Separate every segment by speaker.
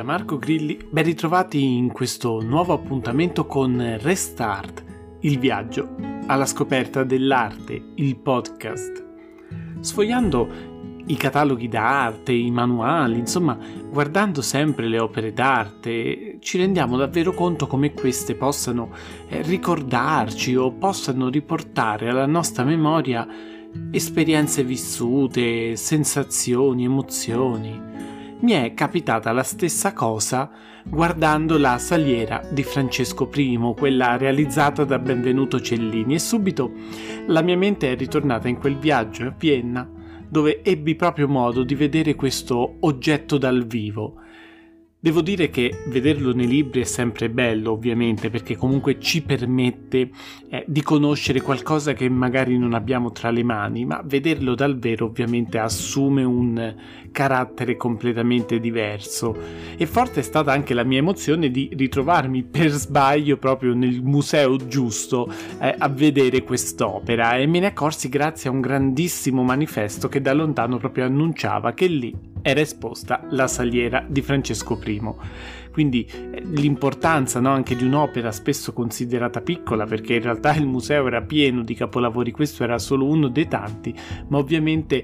Speaker 1: Marco Grilli, ben ritrovati in questo nuovo appuntamento con Restart, il viaggio alla scoperta dell'arte, il podcast. Sfogliando i cataloghi d'arte, i manuali, insomma, guardando sempre le opere d'arte, ci rendiamo davvero conto come queste possano ricordarci o possano riportare alla nostra memoria esperienze vissute, sensazioni, emozioni. Mi è capitata la stessa cosa guardando la Saliera di Francesco I, quella realizzata da Benvenuto Cellini, e subito la mia mente è ritornata in quel viaggio a Vienna dove ebbi proprio modo di vedere questo oggetto dal vivo. Devo dire che vederlo nei libri è sempre bello, ovviamente, perché comunque ci permette di conoscere qualcosa che magari non abbiamo tra le mani, ma vederlo dal vero ovviamente assume un carattere completamente diverso. E forte è stata anche la mia emozione di ritrovarmi per sbaglio proprio nel museo giusto a vedere quest'opera, e me ne accorsi grazie a un grandissimo manifesto che da lontano proprio annunciava che lì era esposta la Saliera di Francesco I. Quindi l'importanza, no, anche di un'opera spesso considerata piccola, perché in realtà il museo era pieno di capolavori, questo era solo uno dei tanti, ma ovviamente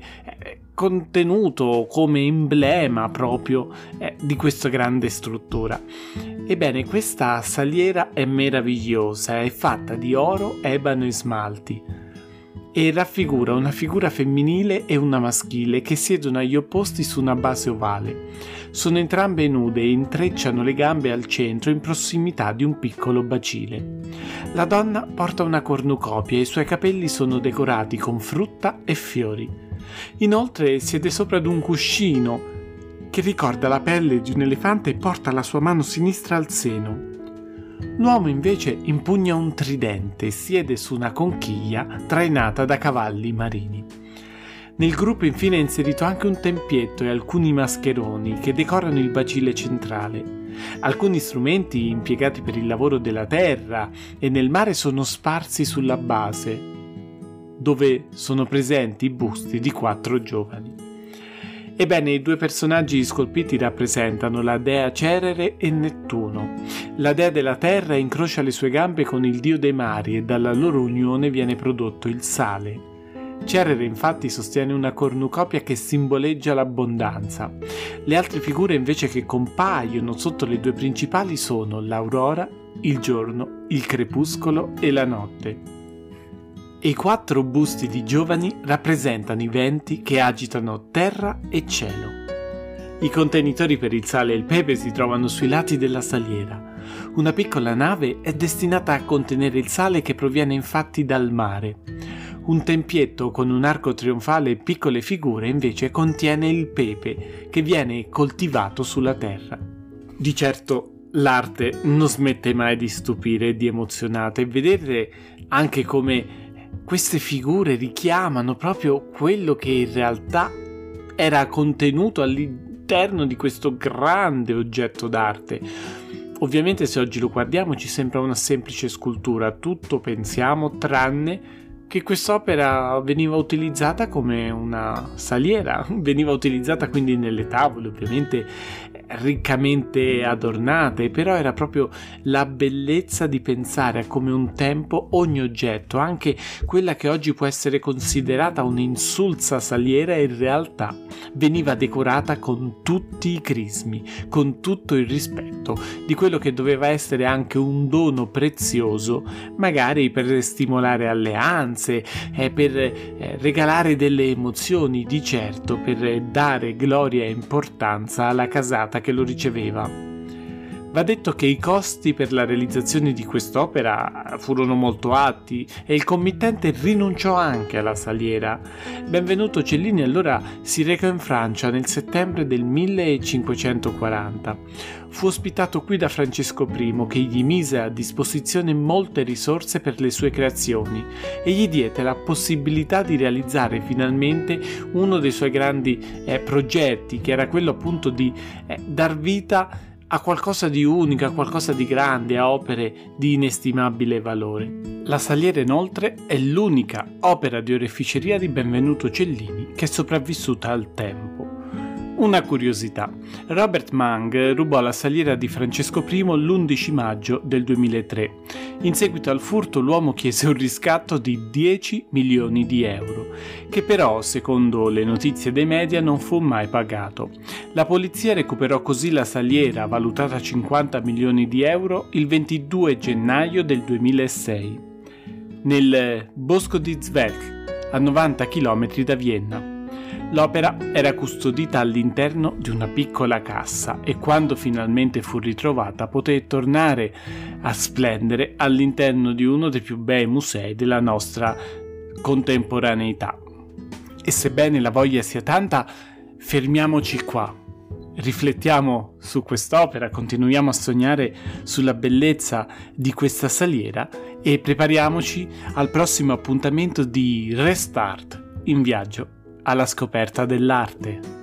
Speaker 1: contenuto come emblema proprio di questa grande struttura. Ebbene, questa saliera è meravigliosa, è fatta di oro, ebano e smalti, e raffigura una figura femminile e una maschile che siedono agli opposti su una base ovale. Sono entrambe nude e intrecciano le gambe al centro in prossimità di un piccolo bacile. La donna porta una cornucopia e i suoi capelli sono decorati con frutta e fiori. Inoltre siede sopra ad un cuscino che ricorda la pelle di un elefante e porta la sua mano sinistra al seno. L'uomo invece impugna un tridente e siede su una conchiglia trainata da cavalli marini. Nel gruppo infine è inserito anche un tempietto e alcuni mascheroni che decorano il bacile centrale. Alcuni strumenti impiegati per il lavoro della terra e nel mare sono sparsi sulla base, dove sono presenti i busti di 4 giovani. Ebbene, i 2 personaggi scolpiti rappresentano la dea Cerere e Nettuno. La dea della terra incrocia le sue gambe con il dio dei mari e dalla loro unione viene prodotto il sale. Cerere infatti sostiene una cornucopia che simboleggia l'abbondanza. Le altre figure invece che compaiono sotto le 2 principali sono l'aurora, il giorno, il crepuscolo e la notte. E i 4 busti di giovani rappresentano i venti che agitano terra e cielo. I contenitori per il sale e il pepe si trovano sui lati della saliera. Una piccola nave è destinata a contenere il sale che proviene infatti dal mare. Un tempietto con un arco trionfale e piccole figure invece contiene il pepe che viene coltivato sulla terra. Di certo l'arte non smette mai di stupire e di emozionare, e vedere anche come queste figure richiamano proprio quello che in realtà era contenuto all'interno di questo grande oggetto d'arte. Ovviamente se oggi lo guardiamo ci sembra una semplice scultura, tutto pensiamo tranne che quest'opera veniva utilizzata come una saliera, veniva utilizzata quindi nelle tavole, ovviamente riccamente adornate, però era proprio la bellezza di pensare a come un tempo ogni oggetto, anche quella che oggi può essere considerata un'insulsa saliera, in realtà veniva decorata con tutti i crismi, con tutto il rispetto di quello che doveva essere anche un dono prezioso, magari per stimolare alleanze, per regalare delle emozioni, di certo per dare gloria e importanza alla casata che lo riceveva. Va detto che i costi per la realizzazione di quest'opera furono molto alti e il committente rinunciò anche alla saliera. Benvenuto Cellini allora si recò in Francia nel settembre del 1540. Fu ospitato qui da Francesco I, che gli mise a disposizione molte risorse per le sue creazioni e gli diede la possibilità di realizzare finalmente uno dei suoi grandi progetti, che era quello appunto di dar vita a qualcosa di unico, a qualcosa di grande, a opere di inestimabile valore. La saliera inoltre è l'unica opera di oreficeria di Benvenuto Cellini che è sopravvissuta al tempo. Una curiosità. Robert Mang rubò la saliera di Francesco I l'11 maggio del 2003. In seguito al furto l'uomo chiese un riscatto di 10 milioni di euro, che però, secondo le notizie dei media, non fu mai pagato. La polizia recuperò così la saliera, valutata a 50 milioni di euro, il 22 gennaio del 2006, nel bosco di Zwerch, a 90 km da Vienna. L'opera era custodita all'interno di una piccola cassa e quando finalmente fu ritrovata poté tornare a splendere all'interno di uno dei più bei musei della nostra contemporaneità. E sebbene la voglia sia tanta, fermiamoci qua. Riflettiamo su quest'opera, continuiamo a sognare sulla bellezza di questa saliera e prepariamoci al prossimo appuntamento di Restart in viaggio alla scoperta dell'arte.